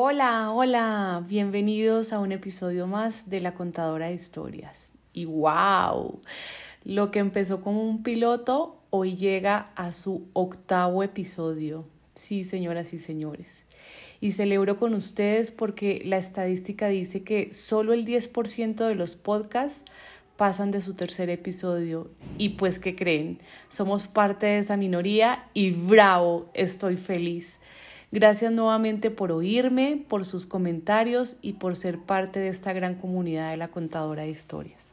Hola, hola, bienvenidos a un episodio más de La Contadora de Historias. Y wow, lo que empezó como un piloto hoy llega a su 8º episodio. Sí, señoras y señores. Y celebro con ustedes porque la estadística dice que solo el 10% de los podcasts pasan de su 3er episodio. Y pues, ¿qué creen? Somos parte de esa minoría y bravo, estoy feliz. Gracias nuevamente por oírme, por sus comentarios y por ser parte de esta gran comunidad de La Contadora de Historias.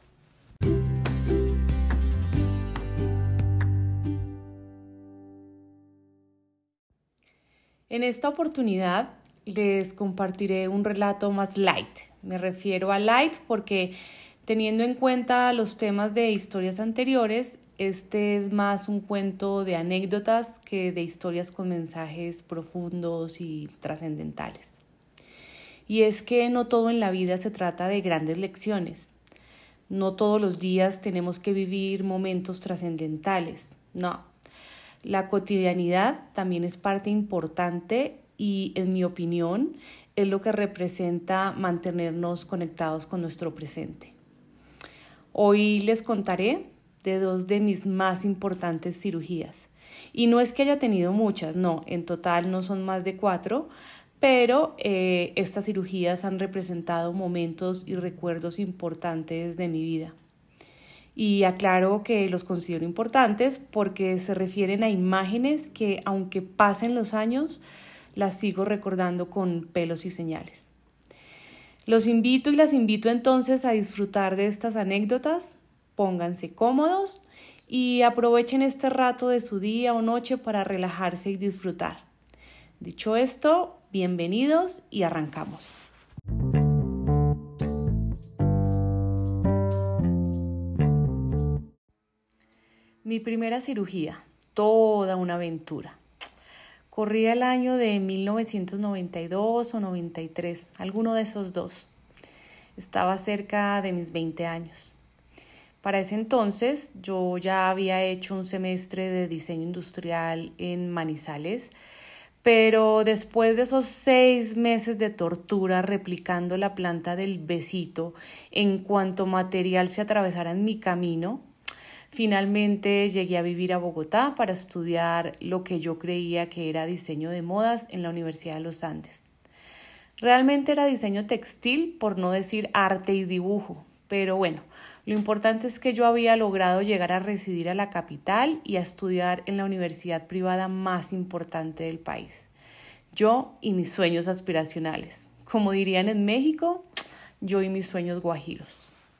En esta oportunidad les compartiré un relato más light. Me refiero a light porque teniendo en cuenta los temas de historias anteriores, este es más un cuento de anécdotas que de historias con mensajes profundos y trascendentales. Y es que no todo en la vida se trata de grandes lecciones. No todos los días tenemos que vivir momentos trascendentales. No. La cotidianidad también es parte importante y, en mi opinión, es lo que representa mantenernos conectados con nuestro presente. Hoy les contaré de 2 de mis más importantes cirugías. Y no es que haya tenido muchas, no, en total no son más de 4, pero estas cirugías han representado momentos y recuerdos importantes de mi vida. Y aclaro que los considero importantes porque se refieren a imágenes que, aunque pasen los años, las sigo recordando con pelos y señales. Los invito y las invito entonces a disfrutar de estas anécdotas. Pónganse cómodos y aprovechen este rato de su día o noche para relajarse y disfrutar. Dicho esto, bienvenidos y arrancamos. Mi primera cirugía, toda una aventura. Corría el año de 1992 o 93, alguno de esos dos. Estaba cerca de mis 20 años. Para ese entonces yo ya había hecho un semestre de diseño industrial en Manizales, pero después de esos 6 meses de tortura replicando la planta del Besito en cuanto material se atravesara en mi camino, finalmente llegué a vivir a Bogotá para estudiar lo que yo creía que era diseño de modas en la Universidad de los Andes. Realmente era diseño textil, por no decir arte y dibujo, pero bueno, lo importante es que yo había logrado llegar a residir a la capital y a estudiar en la universidad privada más importante del país. Yo y mis sueños aspiracionales. Como dirían en México, yo y mis sueños guajiros.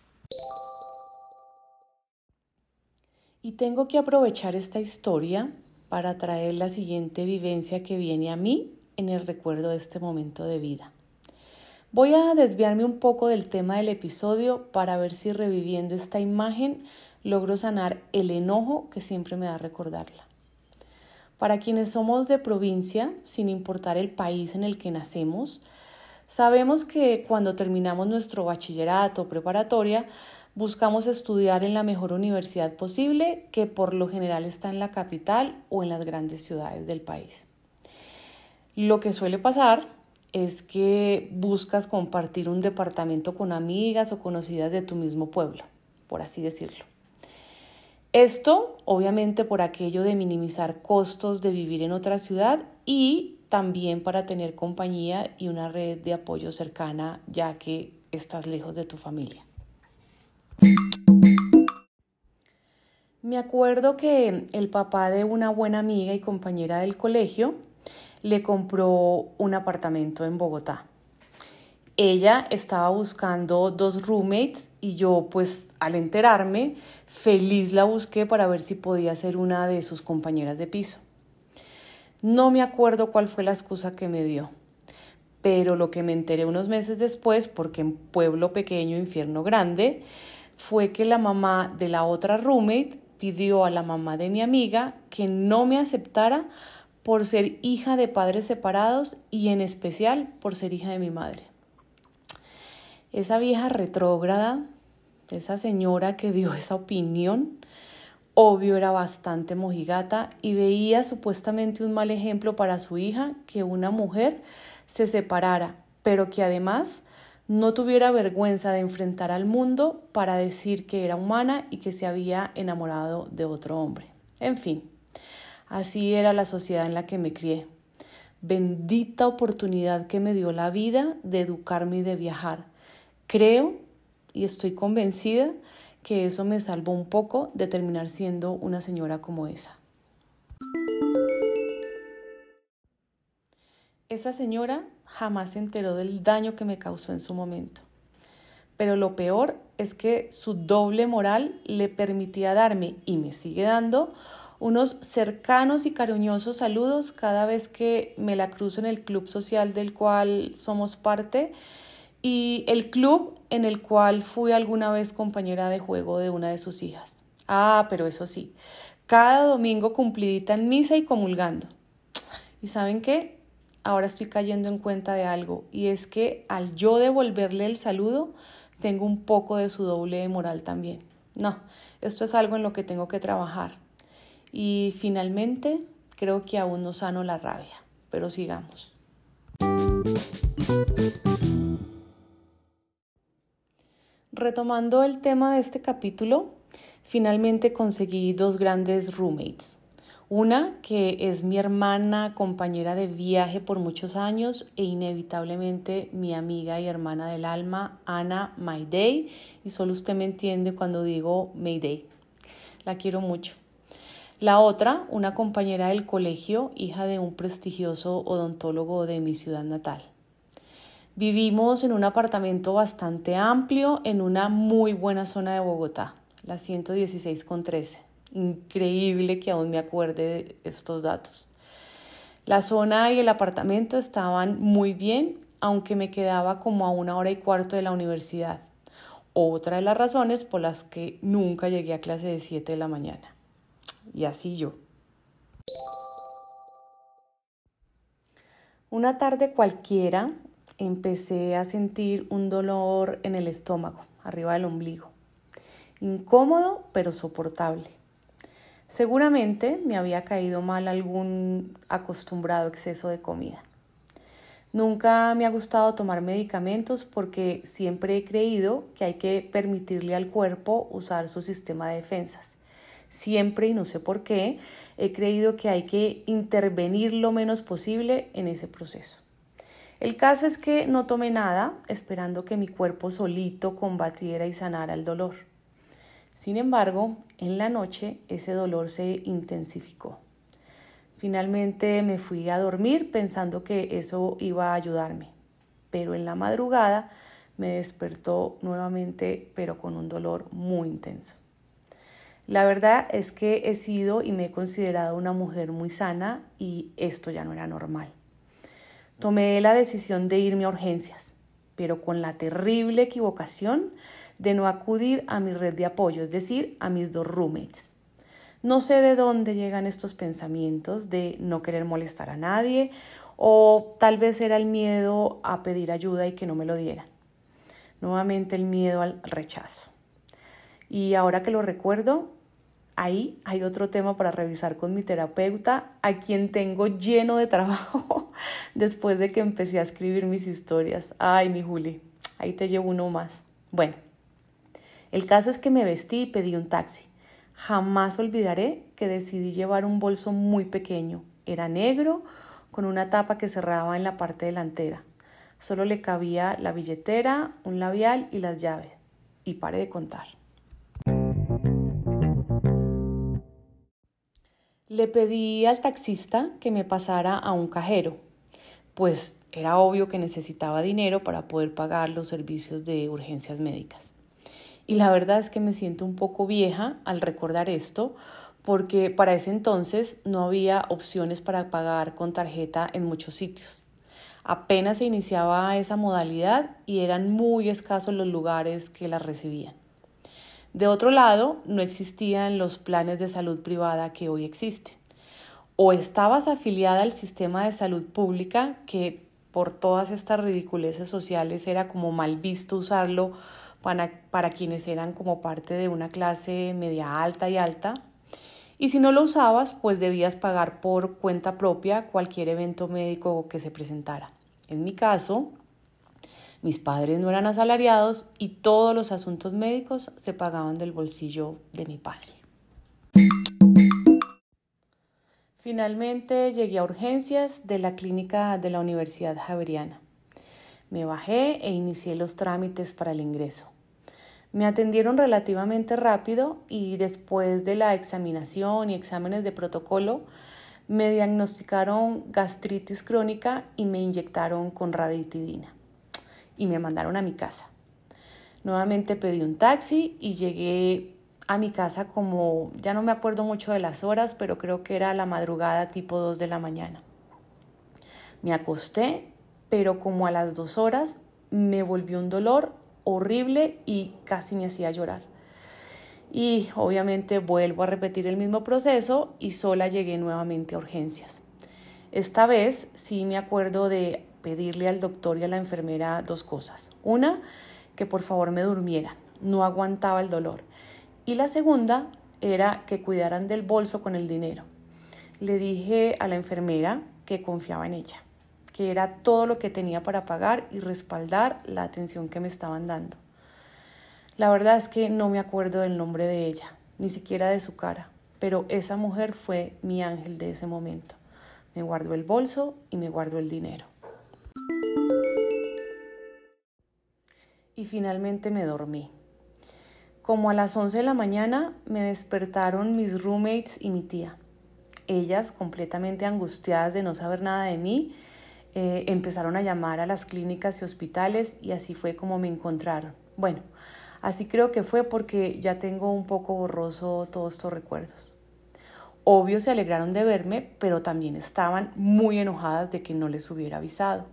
Y tengo que aprovechar esta historia para traer la siguiente vivencia que viene a mí en el recuerdo de este momento de vida. Voy a desviarme un poco del tema del episodio para ver si reviviendo esta imagen logro sanar el enojo que siempre me da recordarla. Para quienes somos de provincia, sin importar el país en el que nacemos, sabemos que cuando terminamos nuestro bachillerato o preparatoria, buscamos estudiar en la mejor universidad posible, que por lo general está en la capital o en las grandes ciudades del país. Lo que suele pasar es que buscas compartir un departamento con amigas o conocidas de tu mismo pueblo, por así decirlo. Esto, obviamente, por aquello de minimizar costos de vivir en otra ciudad y también para tener compañía y una red de apoyo cercana, ya que estás lejos de tu familia. Me acuerdo que el papá de una buena amiga y compañera del colegio le compró un apartamento en Bogotá. Ella estaba buscando 2 roommates y yo, pues, al enterarme, feliz la busqué para ver si podía ser una de sus compañeras de piso. No me acuerdo cuál fue la excusa que me dio, pero lo que me enteré unos meses después, porque en pueblo pequeño, infierno grande, fue que la mamá de la otra roommate pidió a la mamá de mi amiga que no me aceptara por ser hija de padres separados y en especial por ser hija de mi madre. Esa vieja retrógrada, esa señora que dio esa opinión, obvio era bastante mojigata y veía supuestamente un mal ejemplo para su hija que una mujer se separara pero que además no tuviera vergüenza de enfrentar al mundo para decir que era humana y que se había enamorado de otro hombre. En fin, así era la sociedad en la que me crié. Bendita oportunidad que me dio la vida de educarme y de viajar. Creo y estoy convencida que eso me salvó un poco de terminar siendo una señora como esa. Esa señora jamás se enteró del daño que me causó en su momento. Pero lo peor es que su doble moral le permitía darme, y me sigue dando, unos cercanos y cariñosos saludos cada vez que me la cruzo en el club social del cual somos parte y el club en el cual fui alguna vez compañera de juego de una de sus hijas. Ah, pero eso sí, cada domingo cumplidita en misa y comulgando. ¿Y saben qué? Ahora estoy cayendo en cuenta de algo, y es que al yo devolverle el saludo, tengo un poco de su doble de moral también. No, esto es algo en lo que tengo que trabajar. Y finalmente, creo que aún no sano la rabia, pero sigamos. Retomando el tema de este capítulo, finalmente conseguí 2 grandes roommates. Una que es mi hermana, compañera de viaje por muchos años e inevitablemente mi amiga y hermana del alma, Ana Mayday, y solo usted me entiende cuando digo Mayday. La quiero mucho. La otra, una compañera del colegio, hija de un prestigioso odontólogo de mi ciudad natal. Vivimos en un apartamento bastante amplio en una muy buena zona de Bogotá, la 116/13. Increíble que aún me acuerde de estos datos. La zona y el apartamento estaban muy bien, aunque me quedaba como a 1 hora y cuarto de la universidad. Otra de las razones por las que nunca llegué a clase de 7 de la mañana. Y así yo. Una tarde cualquiera empecé a sentir un dolor en el estómago, arriba del ombligo. Incómodo, pero soportable. Seguramente me había caído mal algún acostumbrado exceso de comida. Nunca me ha gustado tomar medicamentos porque siempre he creído que hay que permitirle al cuerpo usar su sistema de defensas. Siempre, y no sé por qué, he creído que hay que intervenir lo menos posible en ese proceso. El caso es que no tomé nada, esperando que mi cuerpo solito combatiera y sanara el dolor. Sin embargo, en la noche ese dolor se intensificó. Finalmente me fui a dormir pensando que eso iba a ayudarme, pero en la madrugada me despertó nuevamente, pero con un dolor muy intenso. La verdad es que he sido y me he considerado una mujer muy sana y esto ya no era normal. Tomé la decisión de irme a urgencias, pero con la terrible equivocación de no acudir a mi red de apoyo, es decir, a mis 2 roommates. No sé de dónde llegan estos pensamientos de no querer molestar a nadie, o tal vez era el miedo a pedir ayuda y que no me lo dieran. Nuevamente el miedo al rechazo. Y ahora que lo recuerdo, ahí hay otro tema para revisar con mi terapeuta, a quien tengo lleno de trabajo después de que empecé a escribir mis historias. Ay, mi Juli, ahí te llevo uno más. Bueno, el caso es que me vestí y pedí un taxi. Jamás olvidaré que decidí llevar un bolso muy pequeño. Era negro, con una tapa que cerraba en la parte delantera. Solo le cabía la billetera, un labial y las llaves. Y paré de contar. Le pedí al taxista que me pasara a un cajero, pues era obvio que necesitaba dinero para poder pagar los servicios de urgencias médicas. Y la verdad es que me siento un poco vieja al recordar esto, porque para ese entonces no había opciones para pagar con tarjeta en muchos sitios. Apenas se iniciaba esa modalidad y eran muy escasos los lugares que la recibían. De otro lado, no existían los planes de salud privada que hoy existen. O estabas afiliada al sistema de salud pública, que por todas estas ridiculeces sociales era como mal visto usarlo para quienes eran como parte de una clase media alta y alta. Y si no lo usabas, pues debías pagar por cuenta propia cualquier evento médico que se presentara. En mi caso, Mis padres no eran asalariados y todos los asuntos médicos se pagaban del bolsillo de mi padre. Finalmente llegué a urgencias de la clínica de la Universidad Javeriana. Me bajé e inicié los trámites para el ingreso. Me atendieron relativamente rápido y después de la examinación y exámenes de protocolo, me diagnosticaron gastritis crónica y me inyectaron con raditidina. Y me mandaron a mi casa. Nuevamente pedí un taxi y llegué a mi casa como, ya no me acuerdo mucho de las horas, pero creo que era la madrugada tipo 2 de la mañana. Me acosté, pero como a las 2 horas me volvió un dolor horrible y casi me hacía llorar. Y obviamente vuelvo a repetir el mismo proceso y sola llegué nuevamente a urgencias. Esta vez sí me acuerdo de pedirle al doctor y a la enfermera 2 cosas. Una, que por favor me durmieran, no aguantaba el dolor. Y la segunda era que cuidaran del bolso con el dinero. Le dije a la enfermera que confiaba en ella, que era todo lo que tenía para pagar y respaldar la atención que me estaban dando. La verdad es que no me acuerdo del nombre de ella, ni siquiera de su cara, pero esa mujer fue mi ángel de ese momento. Me guardó el bolso y me guardó el dinero. Y finalmente me dormí. Como a las 11 de la mañana me despertaron mis roommates y mi tía. Ellas, completamente angustiadas de no saber nada de mí, empezaron a llamar a las clínicas y hospitales y así fue como me encontraron. Bueno, así creo que fue porque ya tengo un poco borroso todos estos recuerdos. Obvio se alegraron de verme, pero también estaban muy enojadas de que no les hubiera avisado.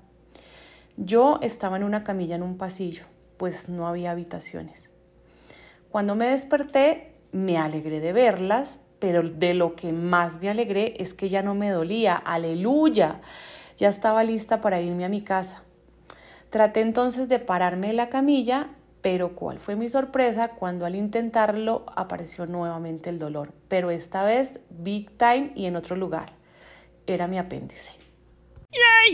Yo estaba en una camilla en un pasillo, pues no había habitaciones. Cuando me desperté, me alegré de verlas, pero de lo que más me alegré es que ya no me dolía. ¡Aleluya! Ya estaba lista para irme a mi casa. Traté entonces de pararme de la camilla, pero ¿cuál fue mi sorpresa cuando al intentarlo apareció nuevamente el dolor? Pero esta vez big time y en otro lugar. Era mi apéndice. ¡Yay!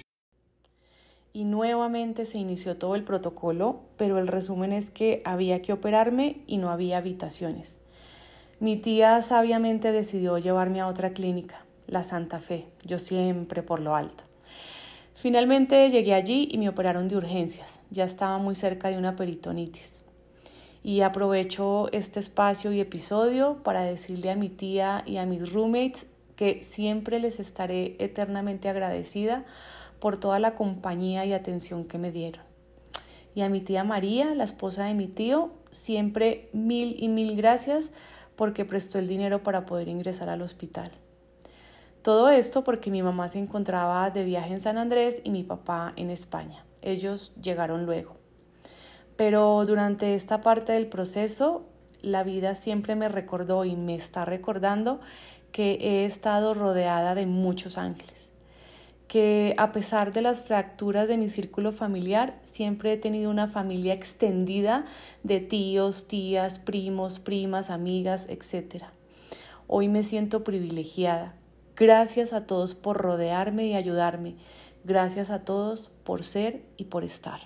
Y nuevamente se inició todo el protocolo, pero el resumen es que había que operarme y no había habitaciones. Mi tía sabiamente decidió llevarme a otra clínica, la Santa Fe, yo siempre por lo alto. Finalmente llegué allí y me operaron de urgencias, ya estaba muy cerca de una peritonitis. Y aprovecho este espacio y episodio para decirle a mi tía y a mis roommates que siempre les estaré eternamente agradecida por toda la compañía y atención que me dieron. Y a mi tía María, la esposa de mi tío, siempre mil gracias porque prestó el dinero para poder ingresar al hospital. Todo esto porque mi mamá se encontraba de viaje en San Andrés y mi papá en España. Ellos llegaron luego. Pero durante esta parte del proceso, la vida siempre me recordó y me está recordando que he estado rodeada de muchos ángeles. Que a pesar de las fracturas de mi círculo familiar, siempre he tenido una familia extendida de tíos, tías, primos, primas, amigas, etc. Hoy me siento privilegiada. Gracias a todos por rodearme y ayudarme. Gracias a todos por ser y por estar.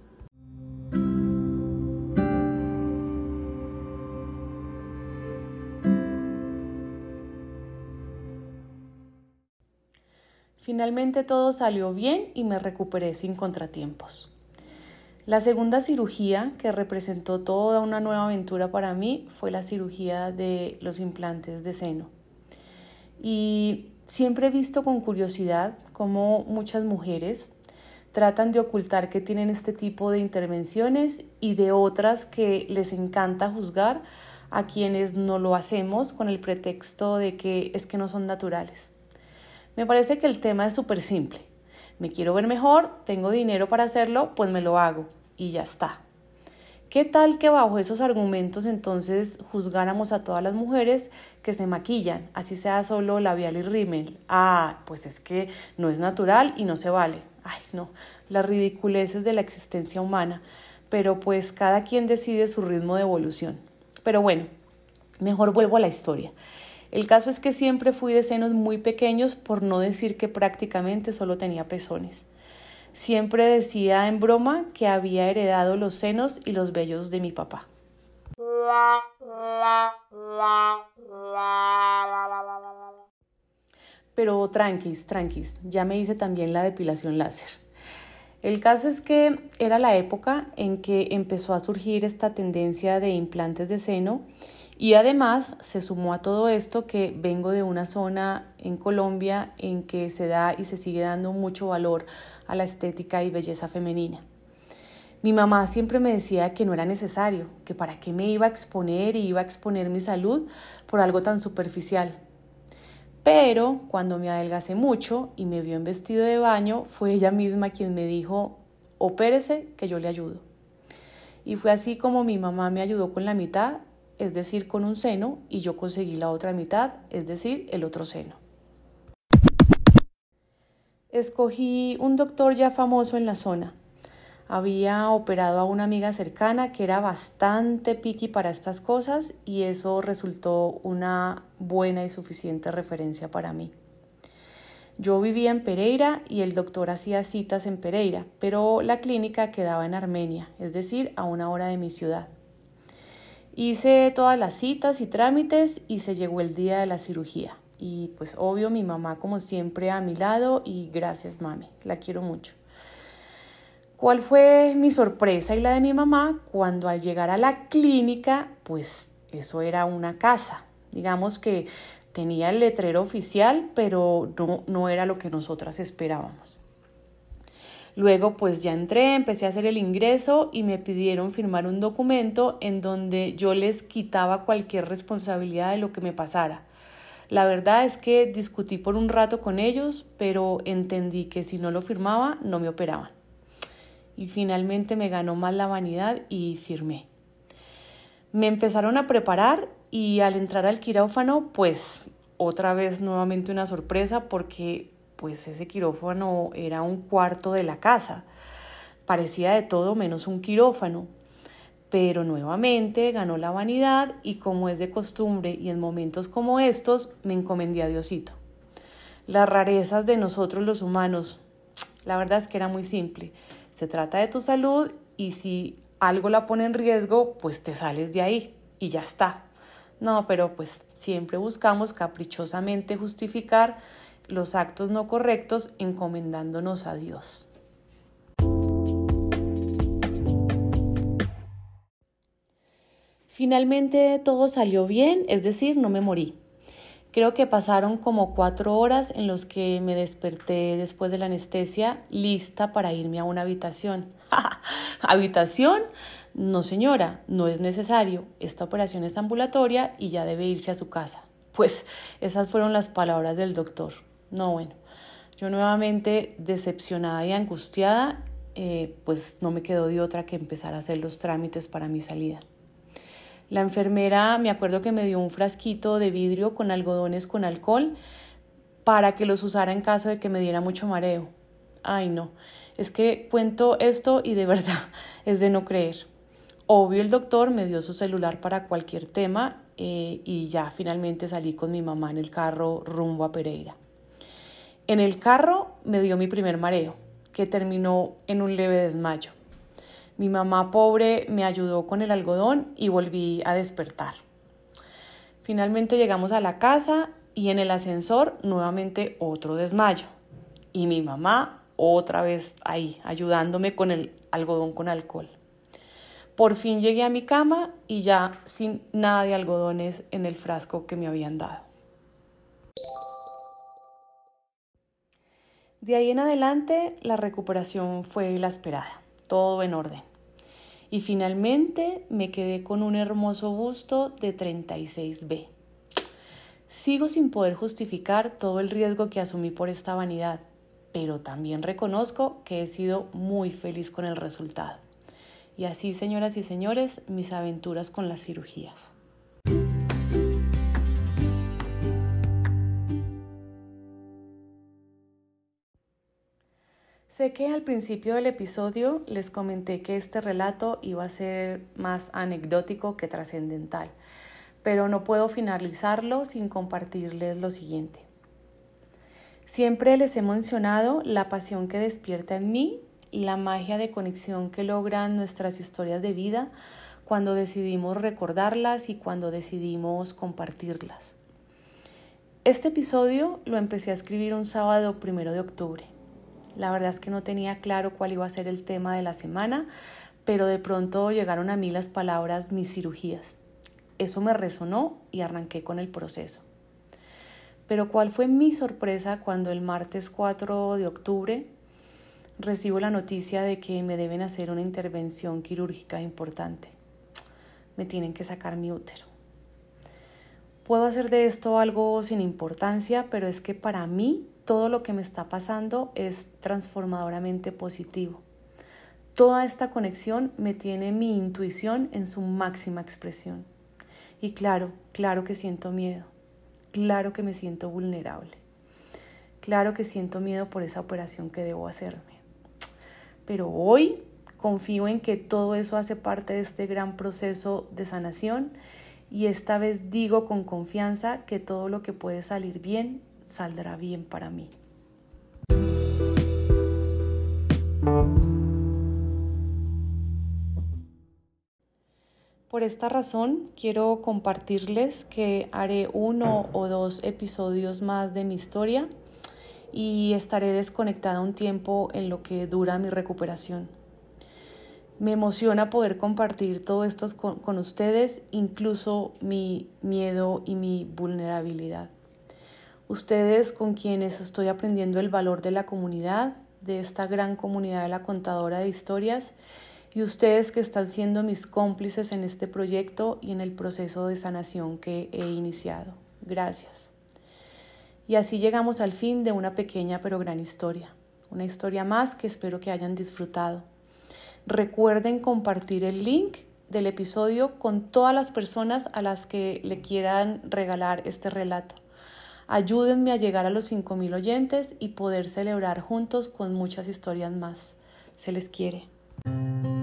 Finalmente todo salió bien y me recuperé sin contratiempos. La segunda cirugía, que representó toda una nueva aventura para mí, fue la cirugía de los implantes de seno. Y siempre he visto con curiosidad cómo muchas mujeres tratan de ocultar que tienen este tipo de intervenciones y de otras que les encanta juzgar a quienes no lo hacemos con el pretexto de que es que no son naturales. Me parece que el tema es súper simple. Me quiero ver mejor, tengo dinero para hacerlo, pues me lo hago y ya está. ¿Qué tal que bajo esos argumentos entonces juzgáramos a todas las mujeres que se maquillan, así sea solo labial y rímel? Pues es que no es natural y no se vale. Ay, no, las ridiculeces de la existencia humana. Pero pues cada quien decide su ritmo de evolución. Pero bueno, mejor vuelvo a la historia. El caso es que siempre fui de senos muy pequeños, por no decir que prácticamente solo tenía pezones. Siempre decía en broma que había heredado los senos y los vellos de mi papá. Pero tranquis, ya me hice también la depilación láser. El caso es que era la época en que empezó a surgir esta tendencia de implantes de seno y además se sumó a todo esto que vengo de una zona en Colombia en que se da y se sigue dando mucho valor a la estética y belleza femenina. Mi mamá siempre me decía que no era necesario, que para qué me iba a exponer y iba a exponer mi salud por algo tan superficial. Pero cuando me adelgacé mucho y me vio en vestido de baño, fue ella misma quien me dijo, opérese que yo le ayudo. Y fue así como mi mamá me ayudó con la mitad, es decir, con un seno, y yo conseguí la otra mitad, es decir, el otro seno. Escogí un doctor ya famoso en la zona. Había operado a una amiga cercana que era bastante picky para estas cosas y eso resultó una buena y suficiente referencia para mí. Yo vivía en Pereira y el doctor hacía citas en Pereira, pero la clínica quedaba en Armenia, es decir, a 1 hora de mi ciudad. Hice todas las citas y trámites y se llegó el día de la cirugía. Y pues obvio mi mamá como siempre a mi lado y gracias mami, la quiero mucho. ¿Cuál fue mi sorpresa y la de mi mamá cuando al llegar a la clínica, pues eso era una casa? Digamos que tenía el letrero oficial, pero no era lo que nosotras esperábamos. Luego pues ya entré, empecé a hacer el ingreso y me pidieron firmar un documento en donde yo les quitaba cualquier responsabilidad de lo que me pasara. La verdad es que discutí por un rato con ellos, pero entendí que si no lo firmaba no me operaban. Y finalmente me ganó más la vanidad y firmé. Me empezaron a preparar y al entrar al quirófano, pues otra vez nuevamente una sorpresa porque pues ese quirófano era un cuarto de la casa. Parecía de todo menos un quirófano. Pero nuevamente ganó la vanidad y como es de costumbre y en momentos como estos me encomendé a Diosito. Las rarezas de nosotros los humanos, la verdad es que era muy simple. Se trata de tu salud y si algo la pone en riesgo, pues te sales de ahí y ya está. No, pero pues siempre buscamos caprichosamente justificar los actos no correctos encomendándonos a Dios. Finalmente todo salió bien, es decir, no me morí. Creo que pasaron como 4 horas en los que me desperté después de la anestesia, lista para irme a una habitación. ¿Habitación? No señora, no es necesario. Esta operación es ambulatoria y ya debe irse a su casa. Pues esas fueron las palabras del doctor. No, bueno, yo nuevamente decepcionada y angustiada, pues no me quedó de otra que empezar a hacer los trámites para mi salida. La enfermera, me acuerdo que me dio un frasquito de vidrio con algodones con alcohol para que los usara en caso de que me diera mucho mareo. Ay, no, es que cuento esto y de verdad es de no creer. Obvio, el doctor me dio su celular para cualquier tema y ya finalmente salí con mi mamá en el carro rumbo a Pereira. En el carro me dio mi primer mareo, que terminó en un leve desmayo. Mi mamá pobre me ayudó con el algodón y volví a despertar. Finalmente llegamos a la casa y en el ascensor nuevamente otro desmayo. Y mi mamá otra vez ahí ayudándome con el algodón con alcohol. Por fin llegué a mi cama y ya sin nada de algodones en el frasco que me habían dado. De ahí en adelante la recuperación fue la esperada, todo en orden. Y finalmente me quedé con un hermoso busto de 36B. Sigo sin poder justificar todo el riesgo que asumí por esta vanidad, pero también reconozco que he sido muy feliz con el resultado. Y así, señoras y señores, mis aventuras con las cirugías. Sé que al principio del episodio les comenté que este relato iba a ser más anecdótico que trascendental, pero no puedo finalizarlo sin compartirles lo siguiente. Siempre les he mencionado la pasión que despierta en mí la magia de conexión que logran nuestras historias de vida cuando decidimos recordarlas y cuando decidimos compartirlas. Este episodio lo empecé a escribir un sábado 1 de octubre. La verdad es que no tenía claro cuál iba a ser el tema de la semana, pero de pronto llegaron a mí las palabras mis cirugías. Eso me resonó y arranqué con el proceso. Pero ¿cuál fue mi sorpresa cuando el martes 4 de octubre recibo la noticia de que me deben hacer una intervención quirúrgica importante? Me tienen que sacar mi útero. Puedo hacer de esto algo sin importancia, pero es que para mí todo lo que me está pasando es transformadoramente positivo. Toda esta conexión me tiene mi intuición en su máxima expresión. Y claro que siento miedo. Claro que me siento vulnerable. Claro que siento miedo por esa operación que debo hacerme. Pero hoy confío en que todo eso hace parte de este gran proceso de sanación y esta vez digo con confianza que todo lo que puede salir bien, saldrá bien para mí. Por esta razón, quiero compartirles que haré 1 o 2 episodios más de mi historia y estaré desconectada un tiempo en lo que dura mi recuperación. Me emociona poder compartir todo esto con ustedes, incluso mi miedo y mi vulnerabilidad. Ustedes con quienes estoy aprendiendo el valor de la comunidad, de esta gran comunidad de la contadora de historias, y ustedes que están siendo mis cómplices en este proyecto y en el proceso de sanación que he iniciado. Gracias. Y así llegamos al fin de una pequeña pero gran historia. Una historia más que espero que hayan disfrutado. Recuerden compartir el link del episodio con todas las personas a las que le quieran regalar este relato. Ayúdenme a llegar a los 5,000 oyentes y poder celebrar juntos con muchas historias más. Se les quiere.